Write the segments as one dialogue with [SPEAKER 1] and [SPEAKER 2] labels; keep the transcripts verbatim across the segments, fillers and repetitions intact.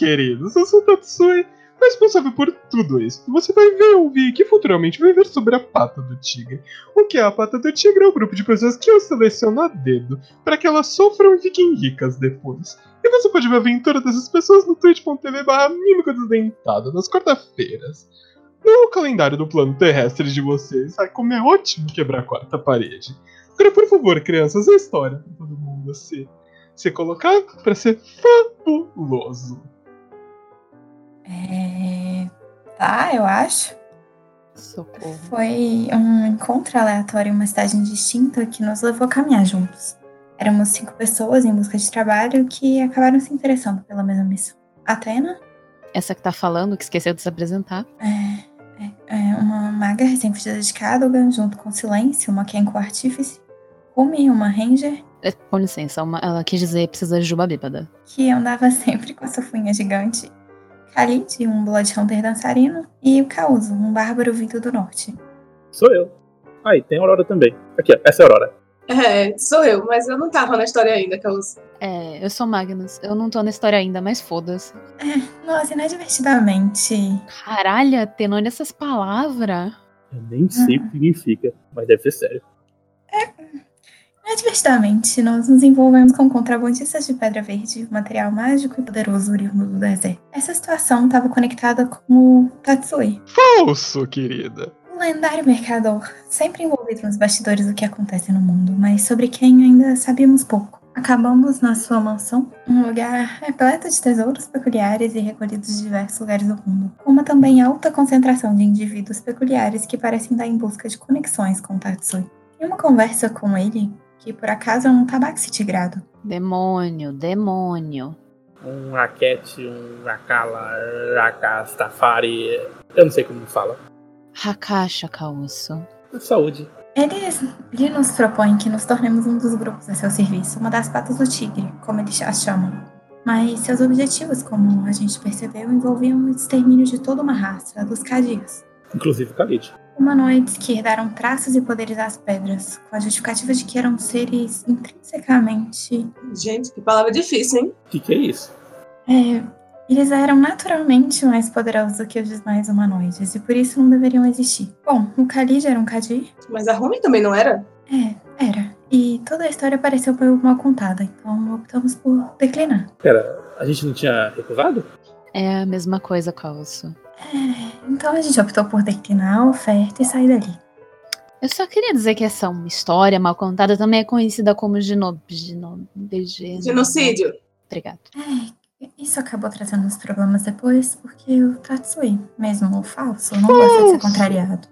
[SPEAKER 1] queridos, eu sou Tatsui, responsável por tudo isso. Você vai ver ou ouvir que futuramente vai ver sobre a pata do tigre. O que é a pata do tigre? É um grupo de pessoas que eu seleciono a dedo para que elas sofram e fiquem ricas depois. E você pode ver a aventura dessas pessoas no twitch.tv barra mímico desdentado nas quarta-feiras. No calendário do plano terrestre de vocês, sabe como é ótimo quebrar a quarta parede. Agora, por favor, crianças, a história para todo mundo se, se colocar para ser fabuloso.
[SPEAKER 2] É... Tá, eu acho.
[SPEAKER 3] Socorro.
[SPEAKER 2] Foi um encontro aleatório em uma cidade indistinta que nos levou a caminhar juntos. Éramos cinco pessoas em busca de trabalho que acabaram se interessando pela mesma missão. Atena?
[SPEAKER 3] Essa que tá falando, que esqueceu de se apresentar.
[SPEAKER 2] É... É uma maga recém-fugida de Cadogan, junto com Silêncio, uma Kenko Artífice, Rumi, uma Ranger...
[SPEAKER 3] É, com licença, uma, ela quis dizer precisa de juba bêbada.
[SPEAKER 2] Que andava sempre com a sua funha gigante. Khalid, um Bloodhunter dançarino, e o Kauzo, um bárbaro vindo do norte.
[SPEAKER 4] Sou eu. Ah, e tem a Aurora também. Aqui, ó, essa é a Aurora.
[SPEAKER 5] É, sou eu, mas eu não tava na história ainda, Kauzo.
[SPEAKER 3] É, eu sou Magnus. Eu não tô na história ainda, mas foda-se.
[SPEAKER 2] É, nossa, inadvertidamente.
[SPEAKER 3] Caralho, Atena, olha essas palavras.
[SPEAKER 4] Eu nem sei o que significa, mas deve ser sério.
[SPEAKER 2] É, inadvertidamente, nós nos envolvemos com contrabandistas de Pedra Verde, material mágico e poderoso oriundo do deserto. Essa situação estava conectada com o Tatsui.
[SPEAKER 1] Falso, querida.
[SPEAKER 2] O lendário mercador, sempre envolvido nos bastidores do que acontece no mundo, mas sobre quem ainda sabíamos pouco. Acabamos na sua mansão, um lugar repleto de tesouros peculiares e recolhidos de diversos lugares do mundo, com uma também alta concentração de indivíduos peculiares que parecem dar em busca de conexões com o Tatsui. Em uma conversa com ele, que por acaso é um tabaxi tigrado.
[SPEAKER 3] Demônio, demônio.
[SPEAKER 4] Um raquete, um rakala, rakastafari... Eu não sei como fala.
[SPEAKER 3] Hakasha, Kauso.
[SPEAKER 4] Saúde.
[SPEAKER 2] Eles lhe nos propõem que nos tornemos um dos grupos a seu serviço, uma das patas do tigre, como eles as chamam. Mas seus objetivos, como a gente percebeu, envolviam o extermínio de toda uma raça, a dos Cadias.
[SPEAKER 4] Inclusive o Khalid.
[SPEAKER 2] Humanoides que herdaram traços e poderes às pedras, com a justificativa de que eram seres intrinsecamente...
[SPEAKER 5] Gente, que palavra difícil, hein?
[SPEAKER 4] O que, que é isso?
[SPEAKER 2] É, eles eram naturalmente mais poderosos do que os demais humanoides, e por isso não deveriam existir. Bom, o Khalid era um Kadir.
[SPEAKER 5] Mas a Rumi também não era?
[SPEAKER 2] É, era. E toda a história pareceu mal contada, então optamos por declinar.
[SPEAKER 4] Pera, a gente não tinha recusado?
[SPEAKER 3] É a mesma coisa, Kauso.
[SPEAKER 2] É, então a gente optou por declinar a oferta e sair dali.
[SPEAKER 3] Eu só queria dizer que essa uma história mal contada também é conhecida como geno... geno... geno...
[SPEAKER 5] genocídio.
[SPEAKER 3] Obrigado.
[SPEAKER 2] É, isso acabou trazendo uns problemas depois, porque o Tatsui, mesmo o falso, não gosta de ser contrariado.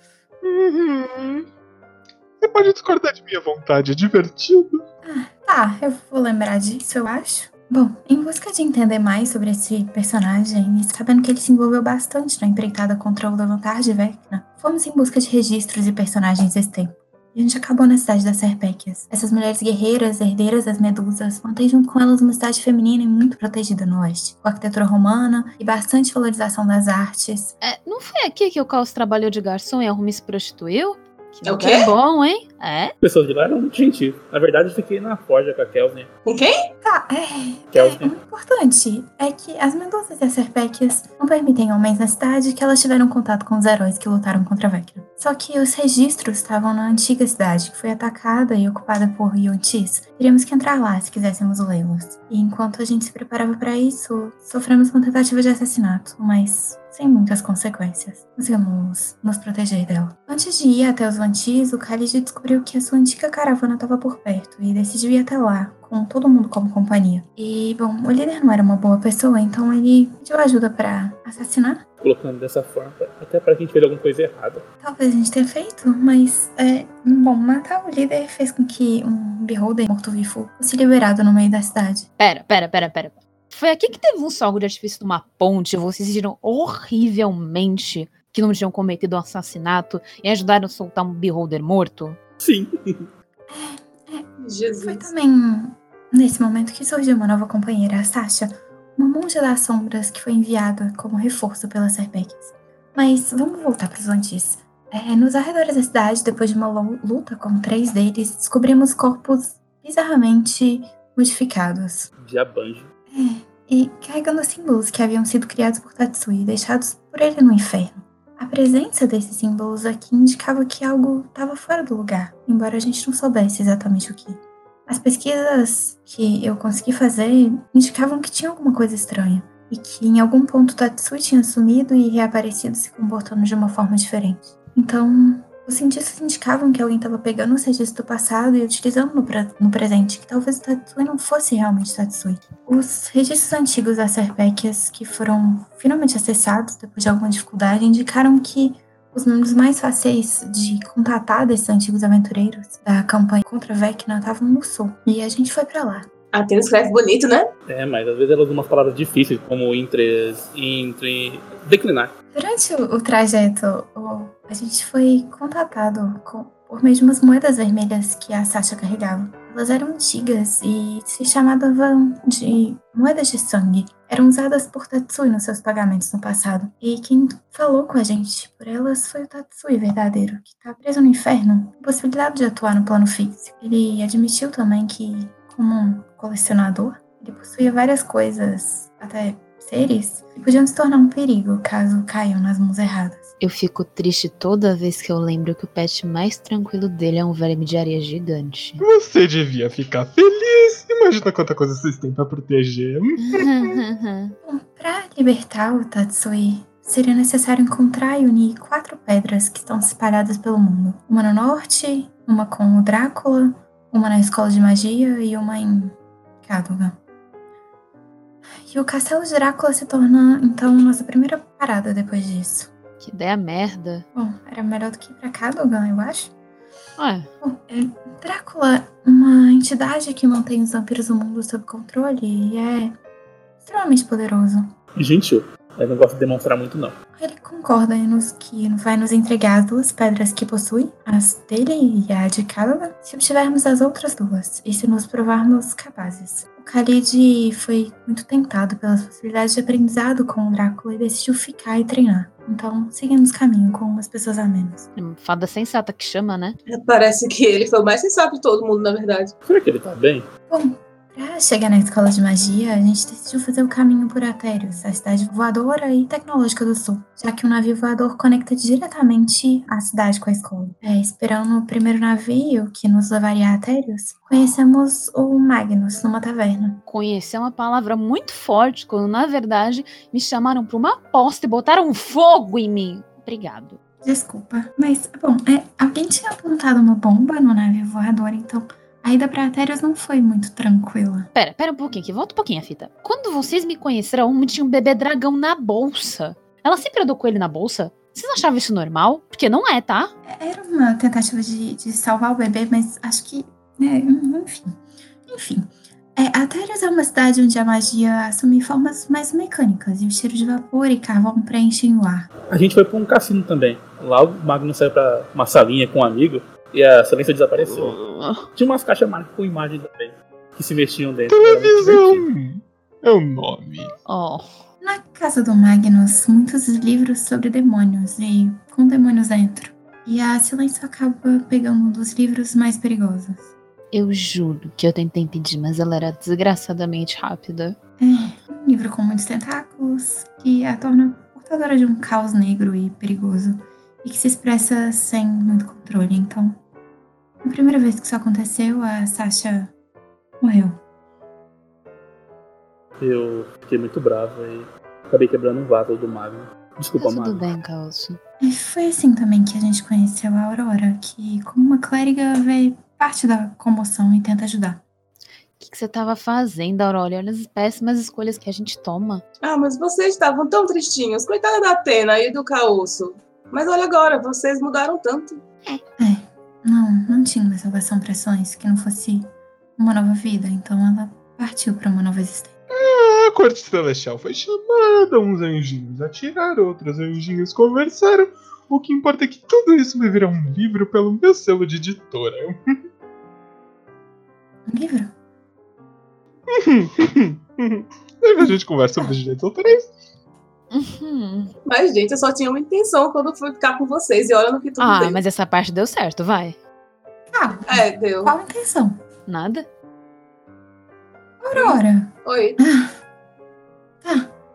[SPEAKER 1] Uhum. Você pode discordar de minha vontade, é divertido.
[SPEAKER 2] Ah, tá, eu vou lembrar disso, eu acho. Bom, em busca de entender mais sobre esse personagem e sabendo que ele se envolveu bastante na empreitada contra o levantar de Vecna, fomos em busca de registros e personagens desse tempo. E a gente acabou na cidade das Serpéquias. Essas mulheres guerreiras, herdeiras das medusas, mantêm junto com elas uma cidade feminina e muito protegida no oeste, com arquitetura romana e bastante valorização das artes.
[SPEAKER 3] É, não foi aqui que o Caos trabalhou de garçom e a Rumi se prostituiu? Que
[SPEAKER 5] É o
[SPEAKER 3] lugar
[SPEAKER 5] quê?
[SPEAKER 3] bom, hein? É?
[SPEAKER 4] As pessoas de lá eram muito gentis. Na verdade, eu fiquei na forja com a Kelsey.
[SPEAKER 5] Com quem?
[SPEAKER 2] Tá, é...
[SPEAKER 4] Kelsey.
[SPEAKER 2] é, o importante é que as medusas e as Serpéquias não permitem homens na cidade que elas tiveram contato com os heróis que lutaram contra Vecna. Só que os registros estavam na antiga cidade, que foi atacada e ocupada por Yontis. Teríamos que entrar lá se quiséssemos lê-los. E enquanto a gente se preparava para isso, sofremos uma tentativa de assassinato, mas sem muitas consequências. Conseguimos nos proteger dela. Antes de ir até os Vantis, o Khalid descobriu que a sua antiga caravana estava por perto e decidiu ir até lá, com todo mundo como companhia. E, bom, o líder não era uma boa pessoa, então ele pediu ajuda para assassinar.
[SPEAKER 4] Colocando dessa forma, até pra gente ver alguma coisa errada.
[SPEAKER 2] Talvez a gente tenha feito, mas, é, bom, matar o líder fez com que um beholder morto-vivo fosse liberado no meio da cidade.
[SPEAKER 3] Pera, pera, pera, pera. Foi aqui que teve um fogo de artifício numa ponte, vocês viram horrivelmente que não tinham cometido um assassinato e ajudaram a soltar um beholder morto?
[SPEAKER 4] Sim.
[SPEAKER 2] É, é,
[SPEAKER 5] Jesus.
[SPEAKER 2] foi também nesse momento que surgiu uma nova companheira, a Sasha, uma monja das sombras que foi enviada como reforço pelas Serpéquias. Mas vamos voltar para os Vantis. É, nos arredores da cidade, depois de uma luta com três deles, descobrimos corpos bizarramente modificados.
[SPEAKER 4] Diabanjo.
[SPEAKER 2] É, e carregando símbolos que haviam sido criados por Tatsui e deixados por ele no inferno. A presença desses símbolos aqui indicava que algo estava fora do lugar, embora a gente não soubesse exatamente o que. As pesquisas que eu consegui fazer indicavam que tinha alguma coisa estranha, e que em algum ponto Tatsui tinha sumido e reaparecido se comportando de uma forma diferente. Então, os cientistas indicavam que alguém estava pegando os registros do passado e utilizando no, pre- no presente, que talvez o Tatsui não fosse realmente Tatsui. Os registros antigos das Serpéquias, que foram finalmente acessados depois de alguma dificuldade, indicaram que os membros mais fáceis de contatar desses antigos aventureiros da campanha contra Vecna estavam no sul. E a gente foi pra lá.
[SPEAKER 5] A Tina escreve bonito, né?
[SPEAKER 4] É, mas às vezes ela usa umas palavras difíceis, como entre, entre, declinar.
[SPEAKER 2] Durante o, o trajeto, o, a gente foi contatado com, por meio de umas moedas vermelhas que a Sasha carregava. Elas eram antigas e se chamavam de moedas de sangue. Eram usadas por Tatsui nos seus pagamentos no passado. E quem falou com a gente por elas foi o Tatsui verdadeiro, que está preso no inferno, impossibilitado de atuar no plano físico. Ele admitiu também que, como um colecionador, ele possuía várias coisas, até seres, que podiam se tornar um perigo caso caiam nas mãos erradas.
[SPEAKER 3] Eu fico triste toda vez que eu lembro que o pet mais tranquilo dele é um verme de areia gigante.
[SPEAKER 1] Você devia ficar feliz. Imagina quanta coisa vocês têm pra proteger.
[SPEAKER 2] Bom, para libertar o Tatsui, seria necessário encontrar e unir quatro pedras que estão espalhadas pelo mundo. Uma no norte, uma com o Drácula, uma na escola de magia e uma em Cadogan. E o castelo de Drácula se torna, então, nossa primeira parada depois disso.
[SPEAKER 3] Que ideia merda.
[SPEAKER 2] Bom, era melhor do que ir pra Cadogan, eu acho.
[SPEAKER 3] Ué,
[SPEAKER 2] Bom, é, Drácula, uma entidade que mantém os vampiros do mundo sob controle e é extremamente poderoso.
[SPEAKER 4] E gentil. Eu não gosto de demonstrar muito, não.
[SPEAKER 2] Ele concorda em nos, que vai nos entregar as duas pedras que possui, as dele e a de Cadogan, se obtivermos as outras duas e se nos provarmos capazes. O Khalid foi muito tentado pelas possibilidades de aprendizado com o Drácula e decidiu ficar e treinar. Então, seguimos caminho com umas pessoas a menos.
[SPEAKER 3] fada sensata que chama, né?
[SPEAKER 5] Parece que ele foi o mais sensato de todo mundo, na verdade.
[SPEAKER 4] Será que ele tá bem?
[SPEAKER 2] Bom, pra chegar na escola de magia, a gente decidiu fazer o caminho por Atérios, a cidade voadora e tecnológica do sul, já que o navio voador conecta diretamente a cidade com a escola. É, esperando o primeiro navio que nos levaria a Atérios, conhecemos o Magnus numa taverna.
[SPEAKER 3] Conhecer é uma palavra muito forte, quando na verdade me chamaram pra uma aposta e botaram fogo em mim. Obrigado.
[SPEAKER 2] Desculpa, mas, bom, é, alguém tinha apontado uma bomba no navio voador, então a ida pra Atérios não foi muito tranquila.
[SPEAKER 3] Pera, pera um pouquinho aqui, volta um pouquinho a fita. Quando vocês me conheceram, uma tinha um bebê dragão na bolsa. Ela sempre andou com ele na bolsa? Vocês achavam isso normal? Porque não é, tá?
[SPEAKER 2] Era uma tentativa de, de salvar o bebê, mas acho que, é, enfim, enfim. É, Atérios é uma cidade onde a magia assume formas mais mecânicas e o cheiro de vapor e carvão preenchem o ar.
[SPEAKER 4] A gente foi pra um cassino também. Lá o Magnus saiu pra uma salinha com um amigo e a Silência desapareceu. Tinha umas caixas mágicas com imagem também, que se mexiam dentro. Era muito divertido.
[SPEAKER 1] Televisão é o nome.
[SPEAKER 3] Oh.
[SPEAKER 2] Na casa do Magnus, muitos livros sobre demônios e com demônios dentro. E a Silêncio acaba pegando um dos livros mais perigosos.
[SPEAKER 3] Eu juro que eu tentei impedir, mas ela era desgraçadamente rápida.
[SPEAKER 2] É um livro com muitos tentáculos que a torna portadora de um caos negro e perigoso e que se expressa sem muito controle. Então, na primeira vez que isso aconteceu, a Sasha morreu.
[SPEAKER 4] Eu fiquei muito bravo e acabei quebrando um vaso do Magnus. Desculpa,
[SPEAKER 3] Tá tudo
[SPEAKER 4] Magnus.
[SPEAKER 3] bem, Calço.
[SPEAKER 2] E foi assim também que a gente conheceu a Aurora, que, como uma clériga, vê parte da comoção e tenta ajudar.
[SPEAKER 3] O que, que você tava fazendo, Aurora? Olha as péssimas escolhas que a gente toma.
[SPEAKER 5] Ah, mas vocês estavam tão tristinhos. Coitada da Atena e do Caosso. Mas olha agora, vocês mudaram tanto.
[SPEAKER 2] É, não, não tinha uma salvação para Sonhos que não fosse uma nova vida, então ela partiu para uma nova existência.
[SPEAKER 1] A corte celestial foi chamada, uns anjinhos atiraram, outros anjinhos conversaram. O que importa é que tudo isso vai virar um livro pelo meu selo de editora.
[SPEAKER 2] Um livro?
[SPEAKER 1] Daí a gente conversa sobre os direitos autorais.
[SPEAKER 3] Uhum.
[SPEAKER 5] Mas, gente, eu só tinha uma intenção quando fui ficar com vocês. E olha no que tudo
[SPEAKER 3] Ah,
[SPEAKER 5] deu.
[SPEAKER 3] mas essa parte deu certo, vai.
[SPEAKER 2] Ah,
[SPEAKER 5] É, deu.
[SPEAKER 2] qual a intenção?
[SPEAKER 3] Nada?
[SPEAKER 2] Aurora,
[SPEAKER 5] Oi.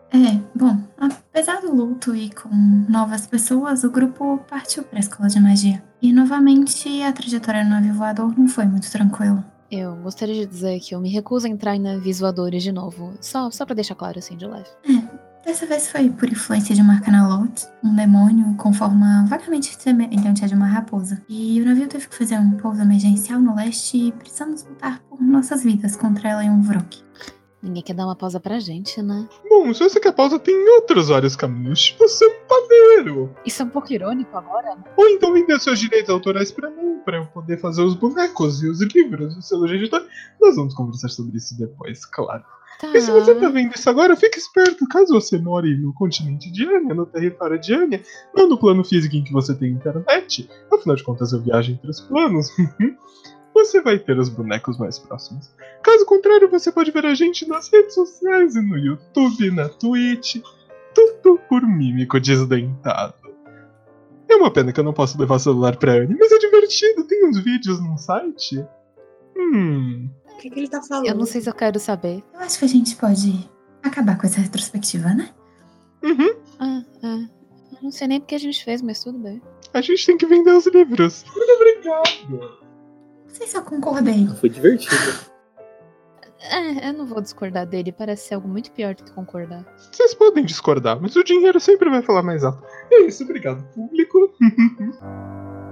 [SPEAKER 2] É, bom, apesar do luto e com novas pessoas, o grupo partiu para a escola de magia. E novamente a trajetória no navio voador não foi muito tranquila.
[SPEAKER 3] Eu gostaria de dizer que eu me recuso a entrar em navios voadores de novo. Só, só pra deixar claro assim de leve.
[SPEAKER 2] É, dessa vez foi por influência de Marcanalot, um demônio com forma vagamente semelhante à de uma raposa. E o navio teve que fazer um pouso emergencial no leste e precisamos lutar por nossas vidas contra ela em um Vrok.
[SPEAKER 3] Ninguém quer dar uma pausa pra gente, né?
[SPEAKER 1] Bom, se você quer pausa, tem outros vários caminhos, tipo ser um padeiro.
[SPEAKER 3] Isso é um pouco irônico agora, né?
[SPEAKER 1] Ou então vender seus direitos autorais pra mim, pra eu poder fazer os bonecos e os livros do selo editor. Nós vamos conversar sobre isso depois, claro.
[SPEAKER 3] Tá.
[SPEAKER 1] E se você tá vendo isso agora, fique esperto. Caso você more no continente de Anya, no território de Anya, não no plano físico em que você tem internet, afinal de contas eu viajo entre os planos, você vai ter os bonecos mais próximos. Caso contrário, você pode ver a gente nas redes sociais e no YouTube, na Twitch, tudo por Mímico Desdentado. É uma pena que eu não posso levar celular pra Anya, mas é divertido, tem uns vídeos num site. Hum...
[SPEAKER 5] O que, que ele tá falando?
[SPEAKER 3] Eu não sei se eu quero saber.
[SPEAKER 2] Eu acho que a gente pode acabar com essa retrospectiva, né?
[SPEAKER 1] Uhum.
[SPEAKER 3] Ah, ah. Eu não sei nem porque a gente fez, mas tudo bem.
[SPEAKER 1] A gente tem que vender os livros. Muito obrigado.
[SPEAKER 2] Não sei se eu concordei.
[SPEAKER 4] Foi divertido.
[SPEAKER 3] É, eu não vou discordar dele. Parece ser algo muito pior do que concordar.
[SPEAKER 1] Vocês podem discordar, mas o dinheiro sempre vai falar mais alto. É isso, obrigado, público.